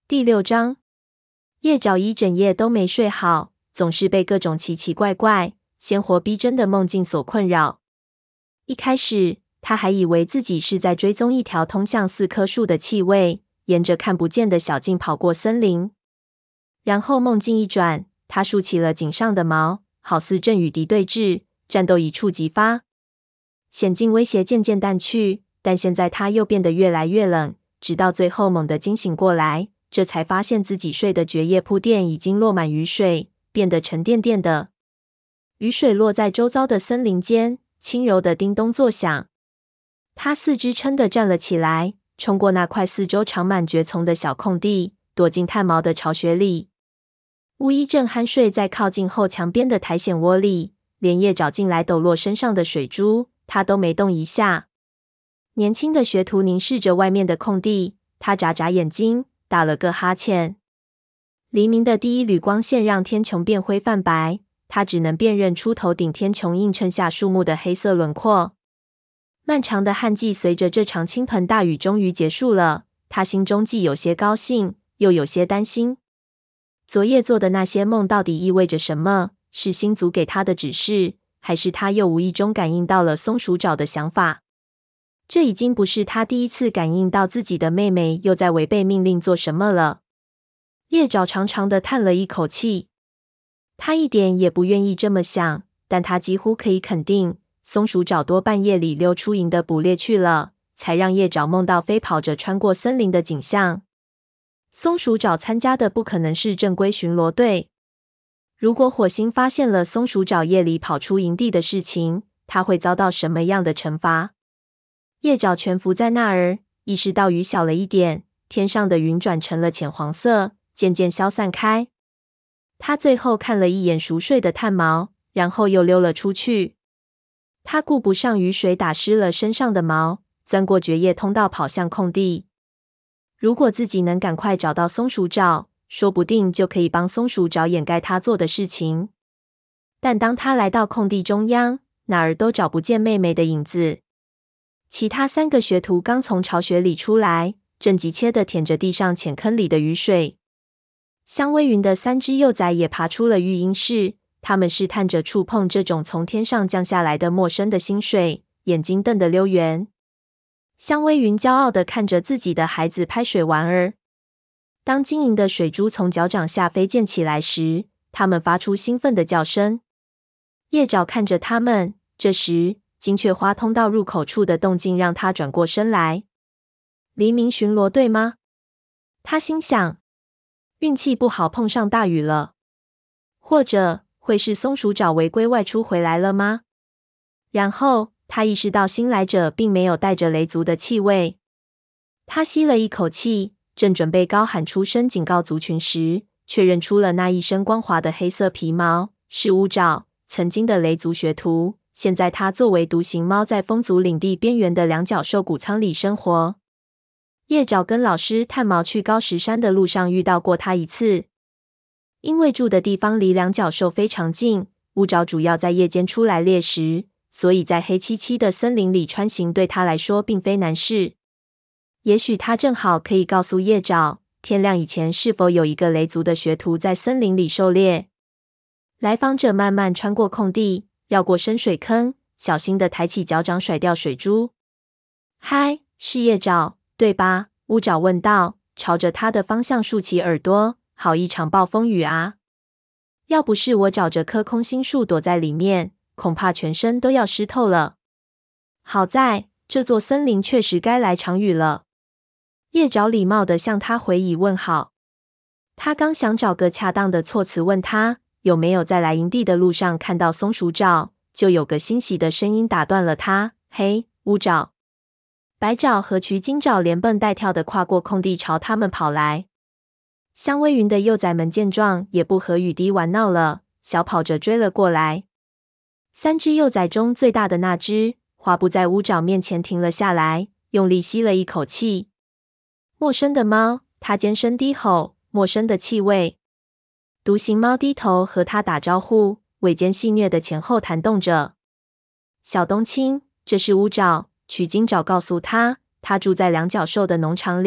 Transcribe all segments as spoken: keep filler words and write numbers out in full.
第六章，叶爪一整夜都没睡好，总是被各种奇奇怪怪、鲜活逼真的梦境所困扰。一开始，他还以为自己是在追踪一条通向四棵树的气味，沿着看不见的小径跑过森林。然后梦境一转，他竖起了颈上的毛，好似正与敌对峙，战斗一触即发。险境威胁渐渐淡去，但现在他又变得越来越冷，直到最后猛地惊醒过来，这才发现自己睡的蕨叶铺垫已经落满雨水，变得沉甸甸的。雨水落在周遭的森林间，轻柔的叮咚作响。他四肢撑地站了起来，冲过那块四周长满蕨丛的小空地，躲进炭毛的巢穴里。巫医正酣睡在靠近后墙边的苔藓窝里，连夜找进来抖落身上的水珠，他都没动一下。年轻的学徒凝视着外面的空地，他眨眨眼睛，打了个哈欠。黎明的第一缕光线让天穹变灰泛白，他只能辨认出头顶天穹映衬下树木的黑色轮廓。漫长的旱季随着这场倾盆大雨终于结束了，他心中既有些高兴，又有些担心。昨夜做的那些梦到底意味着什么？是星族给他的指示，还是他又无意中感应到了松鼠爪的想法？这已经不是他第一次感应到自己的妹妹又在违背命令做什么了。叶爪长长的叹了一口气，他一点也不愿意这么想，但他几乎可以肯定，松鼠爪多半夜里溜出营的捕猎去了，才让叶爪梦到飞跑着穿过森林的景象。松鼠爪参加的不可能是正规巡逻队。如果火星发现了松鼠爪夜里跑出营地的事情，他会遭到什么样的惩罚？叶爪蜷伏在那儿，意识到雨小了一点，天上的云转成了浅黄色，渐渐消散开。他最后看了一眼熟睡的炭毛，然后又溜了出去。他顾不上雨水打湿了身上的毛，钻过蕨叶通道跑向空地。如果自己能赶快找到松鼠爪，说不定就可以帮松鼠爪掩盖他做的事情。但当他来到空地中央，哪儿都找不见妹妹的影子。其他三个学徒刚从巢穴里出来，正急切地舔着地上浅坑里的雨水。香微云的三只幼崽也爬出了育婴室，他们试探着触碰这种从天上降下来的陌生的薪水，眼睛瞪得溜圆。香微云骄傲地看着自己的孩子拍水玩儿。当晶莹的水珠从脚掌下飞溅起来时，它们发出兴奋的叫声。叶爪看着它们，这时金雀花通道入口处的动静让他转过身来。黎明巡逻队吗？他心想，运气不好碰上大雨了。或者会是松鼠爪违规外出回来了吗？然后他意识到新来者并没有带着雷族的气味。他吸了一口气，正准备高喊出声警告族群时，确认出了那一身光滑的黑色皮毛，是乌爪，曾经的雷族学徒。现在他作为独行猫在风族领地边缘的两角兽谷仓里生活。叶爪跟老师探毛去高石山的路上遇到过他一次。因为住的地方离两角兽非常近，乌爪主要在夜间出来猎食，所以在黑漆漆的森林里穿行对他来说并非难事。也许他正好可以告诉叶爪，天亮以前是否有一个雷族的学徒在森林里狩猎。来访者慢慢穿过空地，绕过深水坑，小心地抬起脚掌甩掉水珠。嗨，是叶爪，对吧？乌爪问道，朝着他的方向竖起耳朵。好一场暴风雨啊！要不是我找着棵空心树躲在里面，恐怕全身都要湿透了。好在这座森林确实该来场雨了。叶爪礼貌地向他回以问好。他刚想找个恰当的措辞问他有没有在来营地的路上看到松鼠爪，就有个欣喜的声音打断了他。嘿，乌爪！白爪和渠金爪连蹦带跳地跨过空地朝他们跑来。香微云的幼崽们见状也不和雨滴玩闹了，小跑着追了过来。三只幼崽中最大的那只滑步在乌爪面前停了下来，用力吸了一口气。陌生的猫，它尖声低吼，陌生的气味。独行猫低头和它打招呼，尾尖戏谑的前后弹动着。小冬青，这是乌爪，取金爪告诉他，他住在两角兽的农场里，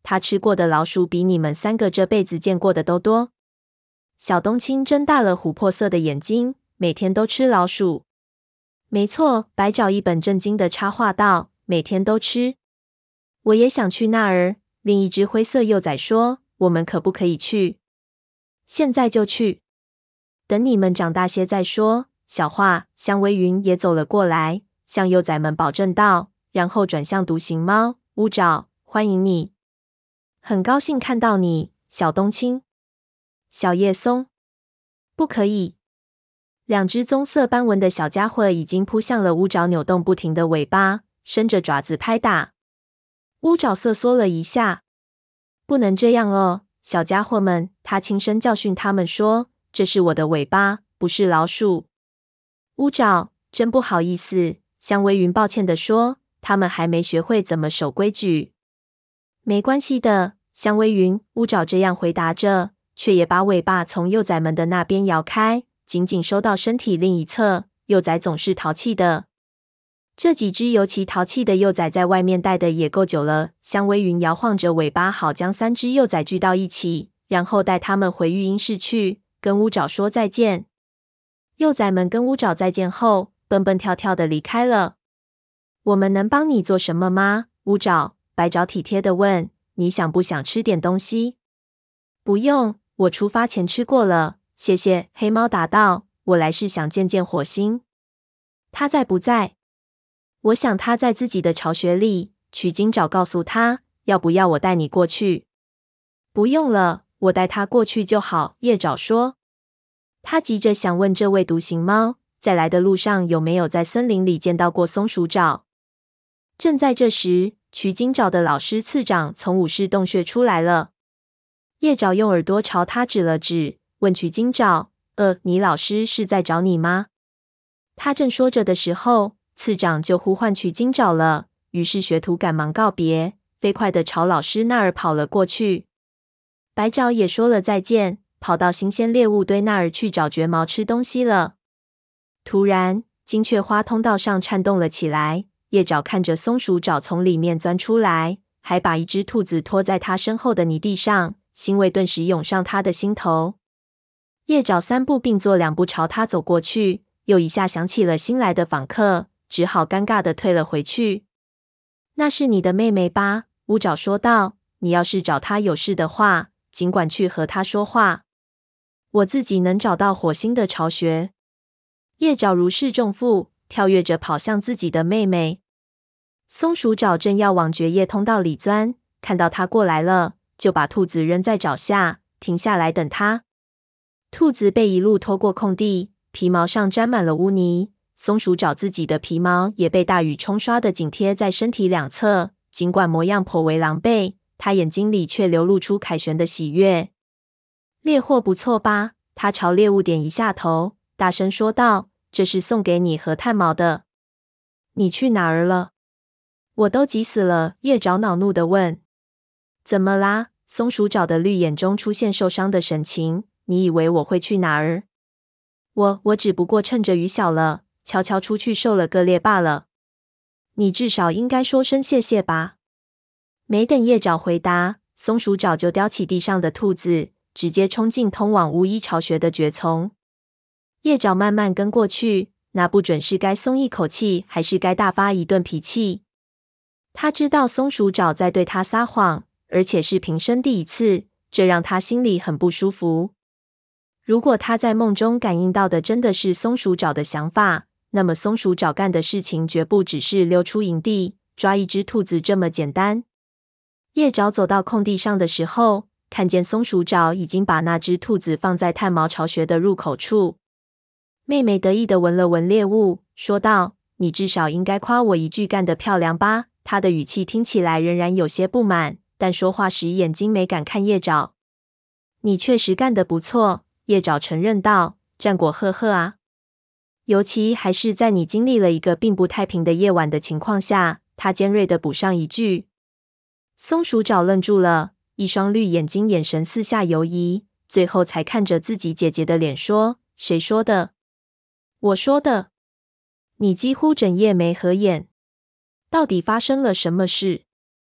他吃过的老鼠比你们三个这辈子见过的都多。小冬青睁大了琥珀色的眼睛，每天都吃老鼠？没错，白爪一本正经的插话道，每天都吃。我也想去那儿。另一只灰色幼崽说，我们可不可以去？现在就去。等你们长大些再说。小画香微云也走了过来，向幼崽们保证道，然后转向独行猫乌爪，欢迎你。很高兴看到你，小冬青。小叶松。不可以。两只棕色斑纹的小家伙已经扑向了乌爪，扭动不停的尾巴，伸着爪子拍打。乌爪瑟缩了一下。不能这样哦，小家伙们，他轻声教训他们说，这是我的尾巴，不是老鼠。乌爪，真不好意思，香微云抱歉地说，他们还没学会怎么守规矩。没关系的，香微云，乌爪这样回答着，却也把尾巴从幼崽们的那边摇开，紧紧收到身体另一侧。幼崽总是淘气的。这几只尤其淘气的幼崽在外面待的也够久了。香微云摇晃着尾巴，好将三只幼崽聚到一起，然后带他们回育婴室去，跟乌爪说再见。幼崽们跟乌爪再见后，蹦蹦跳跳的离开了。我们能帮你做什么吗？乌爪，白爪体贴的问，你想不想吃点东西？不用，我出发前吃过了，谢谢。黑猫答道，我来是想见见火星。他在不在？我想他在自己的巢穴里。取经爪告诉他，要不要我带你过去？不用了，我带他过去就好。夜爪说。他急着想问这位独行猫，在来的路上有没有在森林里见到过松鼠爪。正在这时，取经爪的老师次长从武士洞穴出来了。夜爪用耳朵朝他指了指，问取经爪，呃，你老师是在找你吗？他正说着的时候，次长就呼唤取经爪了，于是学徒赶忙告别，飞快地朝老师那儿跑了过去。白爪也说了再见，跑到新鲜猎物堆那儿去找蕨毛吃东西了。突然，金雀花通道上颤动了起来，夜爪看着松鼠爪从里面钻出来，还把一只兔子拖在他身后的泥地上，欣慰顿时涌上他的心头。夜爪三步并作两步朝他走过去，又一下想起了新来的访客，只好尴尬地退了回去。那是你的妹妹吧？乌爪说道，你要是找她有事的话，尽管去和她说话。我自己能找到火星的巢穴。夜爪如释重负，跳跃着跑向自己的妹妹。松鼠爪正要往蕨叶通道里钻，看到他过来了，就把兔子扔在爪下，停下来等他。兔子被一路拖过空地，皮毛上沾满了污泥。松鼠爪自己的皮毛也被大雨冲刷的紧贴在身体两侧，尽管模样颇为狼狈，他眼睛里却流露出凯旋的喜悦。猎获不错吧？他朝猎物点一下头，大声说道，这是送给你和炭毛的。你去哪儿了？我都急死了。夜爪恼怒地问。怎么啦？松鼠爪的绿眼中出现受伤的神情。你以为我会去哪儿？我我只不过趁着雨小了，悄悄出去狩了个猎罢了。你至少应该说声谢谢吧。没等夜爪回答，松鼠爪就叼起地上的兔子，直接冲进通往巫医巢穴的蕨丛。夜爪慢慢跟过去，那不准是该松一口气，还是该大发一顿脾气。他知道松鼠爪在对他撒谎，而且是平生第一次，这让他心里很不舒服。如果他在梦中感应到的真的是松鼠爪的想法，那么松鼠爪干的事情绝不只是溜出营地，抓一只兔子这么简单。夜爪走到空地上的时候，看见松鼠爪已经把那只兔子放在炭毛巢穴的入口处。妹妹得意地闻了闻猎物，说道，你至少应该夸我一句干得漂亮吧。她的语气听起来仍然有些不满，但说话时眼睛没敢看夜爪。你确实干得不错，夜爪承认道，战果赫赫啊。尤其还是在你经历了一个并不太平的夜晚的情况下，他尖锐地补上一句。松鼠爪愣住了，一双绿眼睛眼神四下游移，最后才看着自己姐姐的脸说，谁说的？我说的。你几乎整夜没合眼。到底发生了什么事？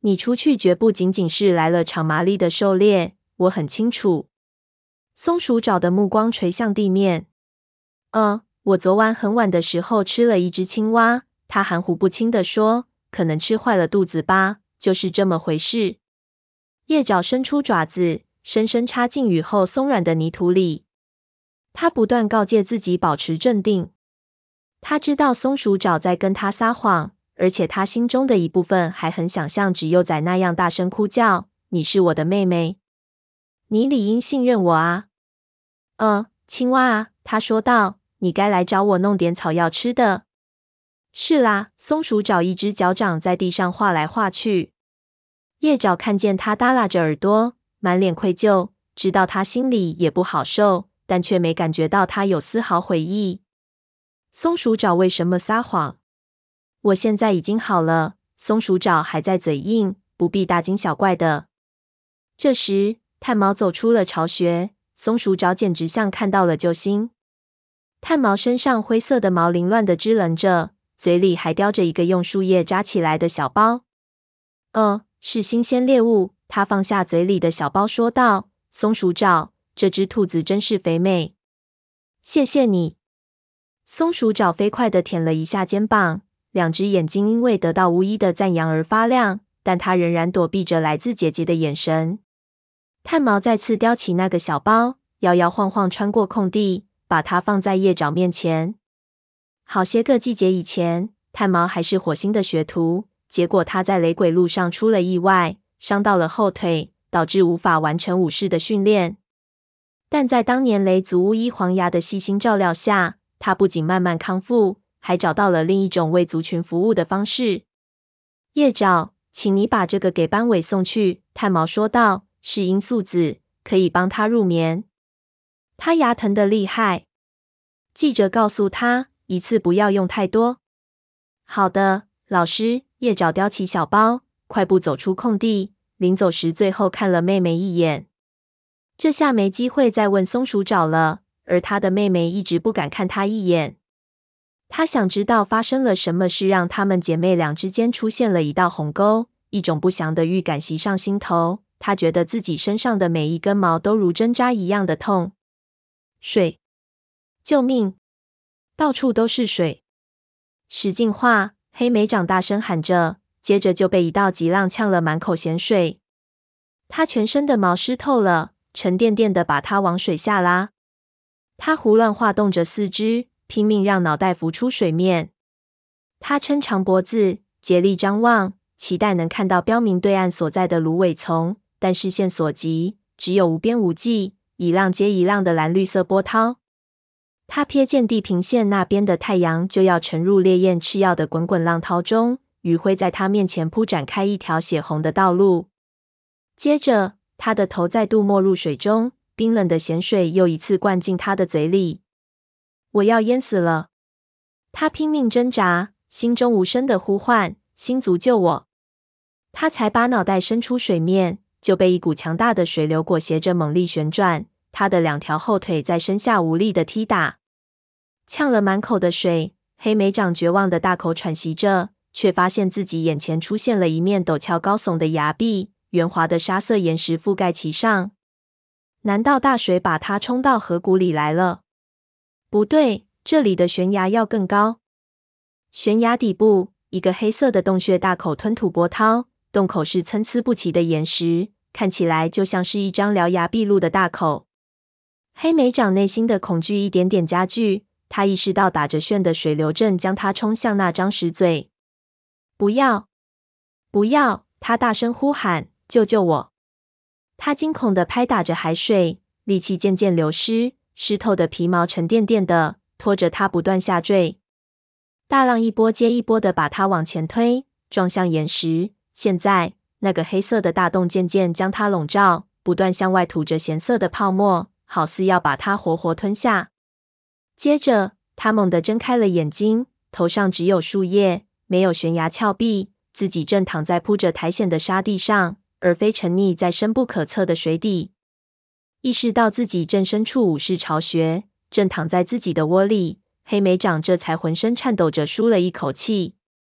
你出去绝不仅仅是来了场麻利的狩猎，我很清楚。松鼠爪的目光垂向地面。呃，我昨晚很晚的时候吃了一只青蛙，他含糊不清地说，可能吃坏了肚子吧，就是这么回事。叶爪伸出爪子，深深插进雨后松软的泥土里。他不断告诫自己保持镇定。他知道松鼠爪在跟他撒谎，而且他心中的一部分还很想像纸幼崽那样大声哭叫：你是我的妹妹，你理应信任我啊。呃，青蛙啊，他说道，你该来找我弄点草药吃的。是啦，松鼠爪一只脚掌在地上画来画去。叶爪看见他耷拉着耳朵，满脸愧疚，知道他心里也不好受，但却没感觉到他有丝毫悔意。松鼠爪为什么撒谎？我现在已经好了。松鼠爪还在嘴硬，不必大惊小怪的。这时，炭毛走出了巢穴，松鼠爪简直像看到了救星。炭毛身上灰色的毛凌乱地支棱着，嘴里还叼着一个用树叶扎起来的小包。呃，是新鲜猎物。他放下嘴里的小包说道：松鼠爪，这只兔子真是肥美。谢谢你。松鼠爪飞快地舔了一下肩膀，两只眼睛因为得到巫医的赞扬而发亮，但它仍然躲避着来自姐姐的眼神。炭毛再次叼起那个小包，摇摇晃晃穿过空地，把它放在叶爪面前。好些个季节以前，炭毛还是火星的学徒，结果他在雷鬼路上出了意外，伤到了后腿，导致无法完成武士的训练。但在当年雷族巫医黄牙的细心照料下，他不仅慢慢康复，还找到了另一种为族群服务的方式。叶爪，请你把这个给班委送去，炭毛说道，是罂粟籽，可以帮他入眠。他牙疼得厉害。记着告诉他，一次不要用太多。好的，老师。叶爪叼起小包，快步走出空地，临走时最后看了妹妹一眼。这下没机会再问松鼠爪了，而他的妹妹一直不敢看他一眼。他想知道发生了什么事，让她们姐妹俩之间出现了一道鸿沟，一种不祥的预感袭上心头。他觉得自己身上的每一根毛都如针扎一样的痛。水！救命！到处都是水！使劲画！黑莓长大声喊着，接着就被一道急浪呛了满口咸水。他全身的毛湿透了，沉甸甸的把他往水下拉。他胡乱画动着四肢，拼命让脑袋浮出水面。他抻长脖子，竭力张望，期待能看到标明对岸所在的芦苇丛，但视线所及，只有无边无际，一浪接一浪的蓝绿色波涛。他瞥见地平线那边的太阳就要沉入烈焰赤耀的滚滚浪涛中，余晖在他面前铺展开一条血红的道路。接着，他的头再度没入水中，冰冷的咸水又一次灌进他的嘴里。我要淹死了！他拼命挣扎，心中无声的呼唤：星族救我！他才把脑袋伸出水面，就被一股强大的水流裹挟着猛力旋转，他的两条后腿在身下无力的踢打。呛了满口的水，黑莓长绝望的大口喘息着，却发现自己眼前出现了一面陡峭高耸的崖壁，圆滑的沙色岩石覆盖其上。难道大水把它冲到河谷里来了？不对，这里的悬崖要更高。悬崖底部，一个黑色的洞穴大口吞吐波涛，洞口是参差不齐的岩石，看起来就像是一张獠牙毕露的大口。黑莓长内心的恐惧一点点加剧，他意识到打着旋的水流正将他冲向那张石嘴。不要！不要！他大声呼喊：救救我！他惊恐地拍打着海水，力气渐渐流失，湿透的皮毛沉甸甸的，拖着他不断下坠。大浪一波接一波地把他往前推，撞向岩石。现在，那个黑色的大洞渐渐将他笼罩，不断向外吐着咸涩的泡沫，好似要把他活活吞下。接着，他猛地睁开了眼睛，头上只有树叶，没有悬崖峭壁，自己正躺在铺着苔藓的沙地上，而非沉溺在深不可测的水底。意识到自己正身处武士巢穴，正躺在自己的窝里，黑莓长这才浑身颤抖着舒了一口气。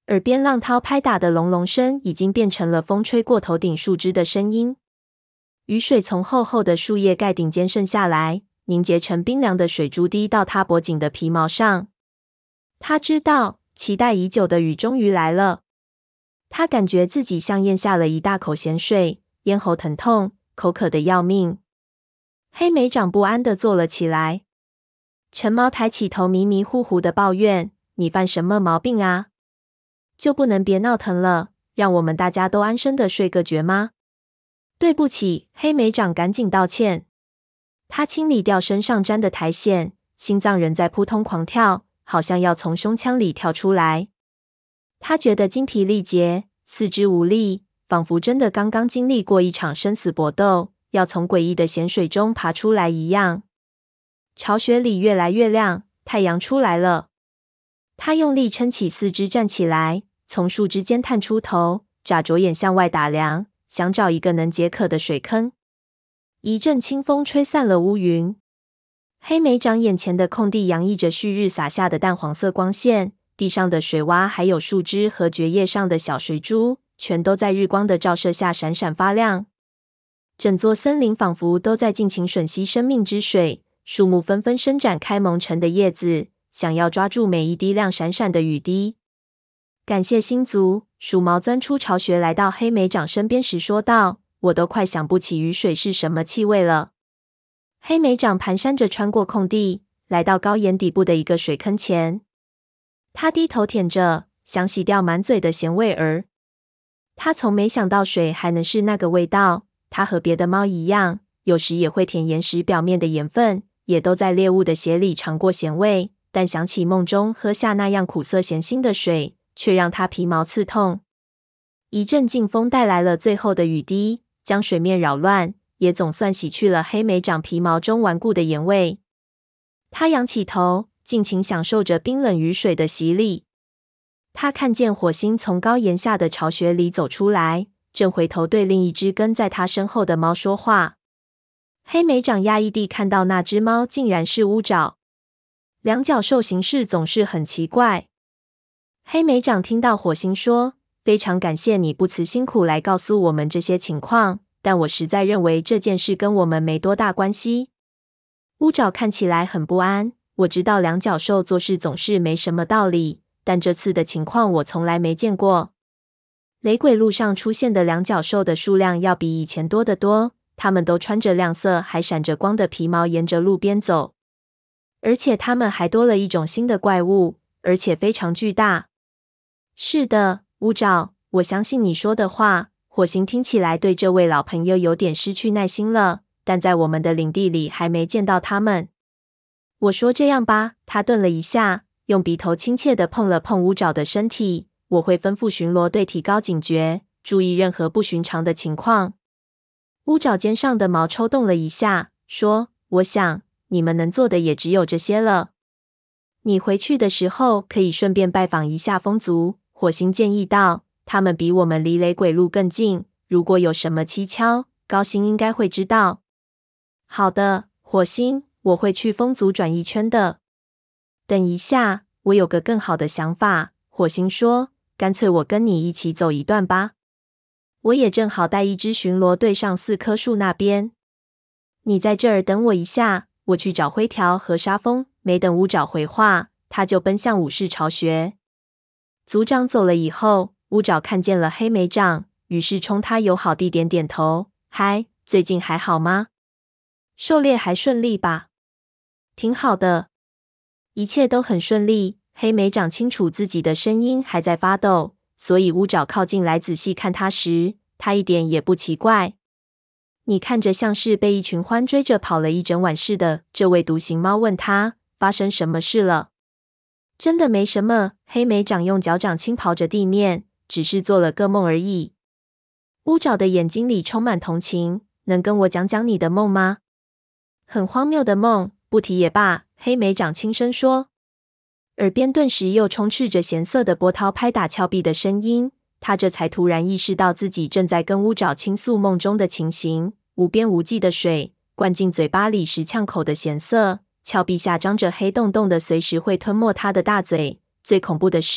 耳边浪涛拍打的隆隆声已经变成了风吹过头顶树枝的声音。雨水从厚厚的树叶盖顶间渗下来，凝结成冰凉的水珠滴到他脖颈的皮毛上。他知道，期待已久的雨终于来了。他感觉自己像咽下了一大口咸水，咽喉疼痛，口渴得要命。黑莓长不安地坐了起来。陈毛抬起头，迷迷糊糊地抱怨：“你犯什么毛病啊？就不能别闹腾了，让我们大家都安生地睡个觉吗？”对不起，黑莓长赶紧道歉。他清理掉身上沾的苔藓，心脏仍在扑通狂跳，好像要从胸腔里跳出来。他觉得精疲力竭，四肢无力，仿佛真的刚刚经历过一场生死搏斗，要从诡异的咸水中爬出来一样。巢穴里越来越亮，太阳出来了。他用力撑起四肢站起来，从树枝间探出头，眨着眼向外打量，想找一个能解渴的水坑。一阵清风吹散了乌云，黑莓长眼前的空地洋溢着旭日洒下的淡黄色光线，地上的水洼还有树枝和蕨叶上的小水珠，全都在日光的照射下闪闪发亮。整座森林仿佛都在尽情吮吸生命之水，树木纷纷伸展开蒙尘的叶子，想要抓住每一滴亮闪闪的雨滴。感谢星族，鼠毛钻出巢穴来到黑莓长身边时说道：“我都快想不起雨水是什么气味了。”黑莓长蹒跚着穿过空地，来到高岩底部的一个水坑前。他低头舔着，想洗掉满嘴的咸味儿。他从没想到水还能是那个味道。他和别的猫一样，有时也会舔岩石表面的盐分，也都在猎物的血里尝过咸味，但想起梦中喝下那样苦涩咸腥的水，却让他皮毛刺痛。一阵劲风带来了最后的雨滴，将水面扰乱，也总算洗去了黑莓长皮毛中顽固的盐味。他仰起头，尽情享受着冰冷雨水的洗礼。他看见火星从高岩下的巢穴里走出来，正回头对另一只跟在他身后的猫说话。黑莓长讶异地看到那只猫竟然是乌爪。两脚兽行事总是很奇怪。黑莓长听到火星说：“非常感谢你不辞辛苦来告诉我们这些情况，但我实在认为这件事跟我们没多大关系。”乌爪看起来很不安。我知道两脚兽做事总是没什么道理，但这次的情况我从来没见过。雷鬼路上出现的两脚兽的数量要比以前多得多，它们都穿着亮色还闪着光的皮毛沿着路边走。而且它们还多了一种新的怪物，而且非常巨大。是的，乌爪，我相信你说的话。火星听起来对这位老朋友有点失去耐心了，但在我们的领地里还没见到他们。我说这样吧，他顿了一下，用鼻头亲切地碰了碰乌爪的身体。我会吩咐巡逻队提高警觉，注意任何不寻常的情况。乌爪肩上的毛抽动了一下，说：“我想你们能做的也只有这些了。你回去的时候可以顺便拜访一下风族。”火星建议道：“他们比我们离雷鬼路更近，如果有什么蹊跷，高星应该会知道。”好的，火星，我会去风族转一圈的。等一下，我有个更好的想法。火星说：“干脆我跟你一起走一段吧。我也正好带一支巡逻队上四棵树那边。你在这儿等我一下，我去找灰条和沙风。”没等乌爪回话，他就奔向武士巢穴。族长走了以后，乌爪看见了黑莓长，于是冲他友好地点点头：“嗨，最近还好吗？狩猎还顺利吧？”“挺好的，一切都很顺利。”黑莓长清楚自己的声音还在发抖，所以乌爪靠近来仔细看他时，他一点也不奇怪。“你看着像是被一群獾追着跑了一整晚似的。”这位独行猫问他：“发生什么事了？”“真的没什么。”黑莓长用脚掌轻刨着地面，“只是做了个梦而已。”乌爪的眼睛里充满同情。“能跟我讲讲你的梦吗？”“很荒谬的梦，不提也罢。”黑莓长轻声说。耳边顿时又充斥着咸涩的波涛拍打峭壁的声音，他这才突然意识到自己正在跟乌爪倾诉梦中的情形。无边无际的水灌进嘴巴里时呛口的咸涩，峭壁下张着黑洞洞的随时会吞没他的大嘴。最恐怖的是，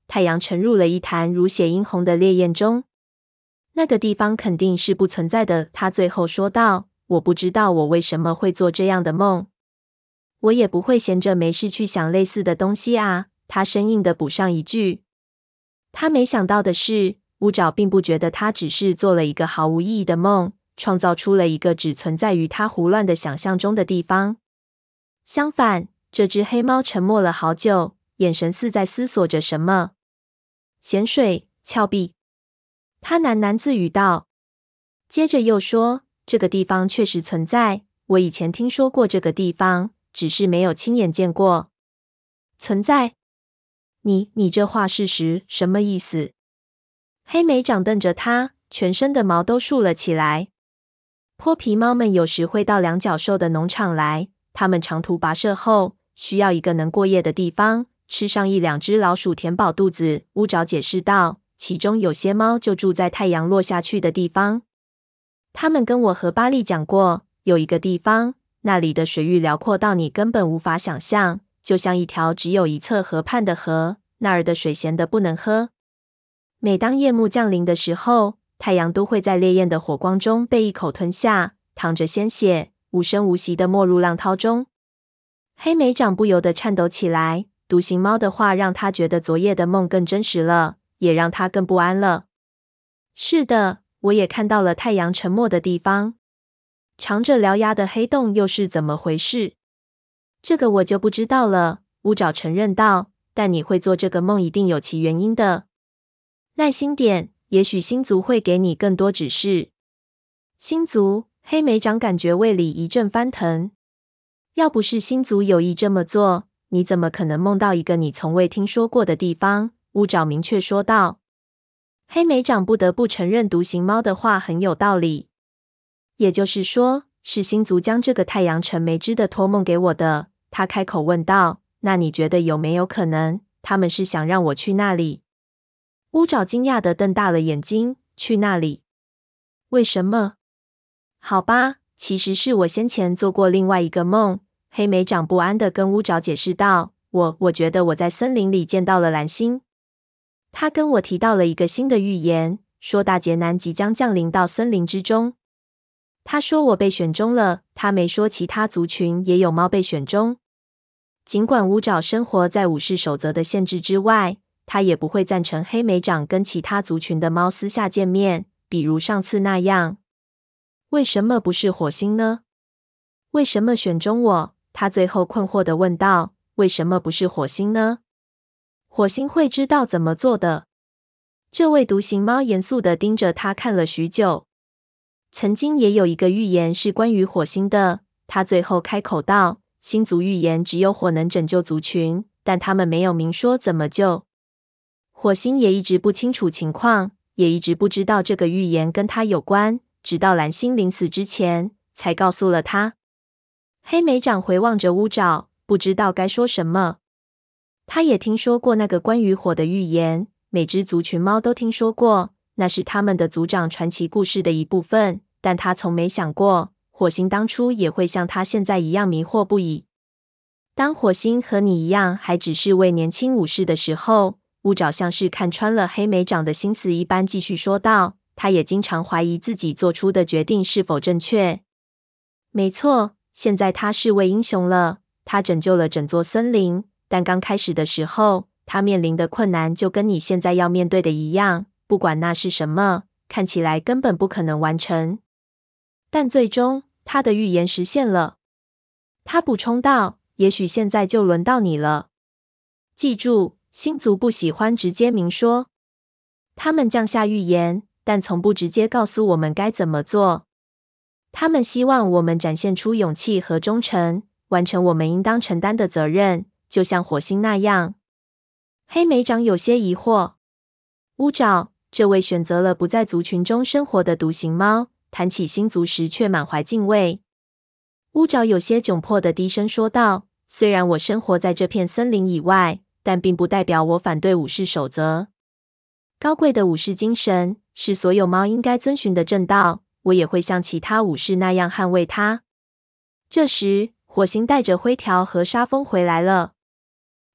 太阳沉入了一潭如血殷红的烈焰中。那个地方肯定是不存在的，他最后说道。我不知道我为什么会做这样的梦。我也不会闲着没事去想类似的东西啊，他生硬地补上一句。他没想到的是，乌爪并不觉得他只是做了一个毫无意义的梦，创造出了一个只存在于他胡乱的想象中的地方。相反，这只黑猫沉默了好久，眼神似在思索着什么。咸水、峭壁，他喃喃自语道。接着又说，这个地方确实存在，我以前听说过这个地方，只是没有亲眼见过。存在？你你这话是实什么意思？黑莓长瞪着他，全身的毛都竖了起来。泼皮猫们有时会到两角兽的农场来，它们长途跋涉后，需要一个能过夜的地方，吃上一两只老鼠填饱肚子。乌爪解释道，其中有些猫就住在太阳落下去的地方。他们跟我和巴利讲过，有一个地方，那里的水域辽阔到你根本无法想象，就像一条只有一侧河畔的河，那儿的水咸得不能喝。每当夜幕降临的时候，太阳都会在烈焰的火光中被一口吞下，淌着鲜血，无声无息地没入浪涛中。黑莓长不由得颤抖起来，独行猫的话让他觉得昨夜的梦更真实了，也让他更不安了。是的，我也看到了太阳沉没的地方。长着獠牙的黑洞又是怎么回事？这个我就不知道了，乌爪承认道，但你会做这个梦一定有其原因的。耐心点，也许星族会给你更多指示。星族？黑莓长感觉胃里一阵翻腾。要不是星族有意这么做，你怎么可能梦到一个你从未听说过的地方？乌爪明确说道。黑莓长不得不承认独行猫的话很有道理。也就是说，是星族将这个太阳城没知的托梦给我的。他开口问道，那你觉得有没有可能，他们是想让我去那里？乌爪惊讶地瞪大了眼睛，去那里？为什么？好吧，其实是我先前做过另外一个梦。黑莓长不安地跟乌爪解释道，我我觉得我在森林里见到了蓝星。他跟我提到了一个新的预言，说大劫难即将降临到森林之中。他说我被选中了，他没说其他族群也有猫被选中。尽管乌爪生活在武士守则的限制之外，他也不会赞成黑莓长跟其他族群的猫私下见面，比如上次那样。为什么不是火星呢？为什么选中我？他最后困惑地问道，为什么不是火星呢？火星会知道怎么做的。这位独行猫严肃地盯着他看了许久。曾经也有一个预言是关于火星的，他最后开口道，星族预言只有火能拯救族群，但他们没有明说怎么救。火星也一直不清楚情况，也一直不知道这个预言跟他有关，直到蓝星临死之前才告诉了他。黑莓长回望着乌爪，不知道该说什么。他也听说过那个关于火的预言，每只族群猫都听说过，那是他们的族长传奇故事的一部分，但他从没想过，火星当初也会像他现在一样迷惑不已。当火星和你一样还只是位年轻武士的时候，乌爪像是看穿了黑莓长的心思一般继续说道，他也经常怀疑自己做出的决定是否正确。没错，现在他是位英雄了，他拯救了整座森林，但刚开始的时候，他面临的困难就跟你现在要面对的一样，不管那是什么，看起来根本不可能完成。但最终，他的预言实现了。他补充道，也许现在就轮到你了。记住，星族不喜欢直接明说。他们降下预言，但从不直接告诉我们该怎么做。他们希望我们展现出勇气和忠诚，完成我们应当承担的责任，就像火星那样。黑莓长有些疑惑。乌爪，这位选择了不在族群中生活的独行猫，谈起星族时却满怀敬畏。乌爪有些窘迫地低声说道，虽然我生活在这片森林以外，但并不代表我反对武士守则。高贵的武士精神是所有猫应该遵循的正道，我也会像其他武士那样捍卫它。这时，火星带着灰条和沙风回来了。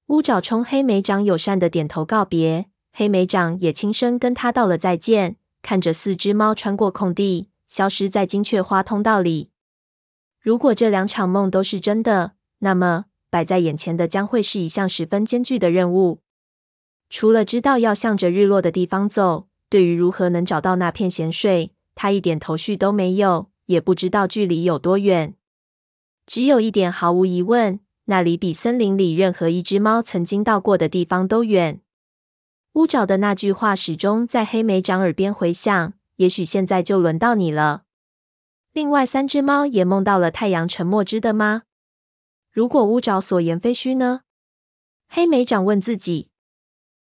乌爪冲黑莓长友善的点头告别，黑莓长也轻声跟他道了再见，看着四只猫穿过空地，消失在金雀花通道里。如果这两场梦都是真的，那么摆在眼前的将会是一项十分艰巨的任务。除了知道要向着日落的地方走，对于如何能找到那片咸水，他一点头绪都没有，也不知道距离有多远。只有一点毫无疑问，那里比森林里任何一只猫曾经到过的地方都远。乌爪的那句话始终在黑莓长耳边回响，也许现在就轮到你了。另外三只猫也梦到了太阳沉没之的吗？如果乌爪所言非虚呢？黑莓长问自己。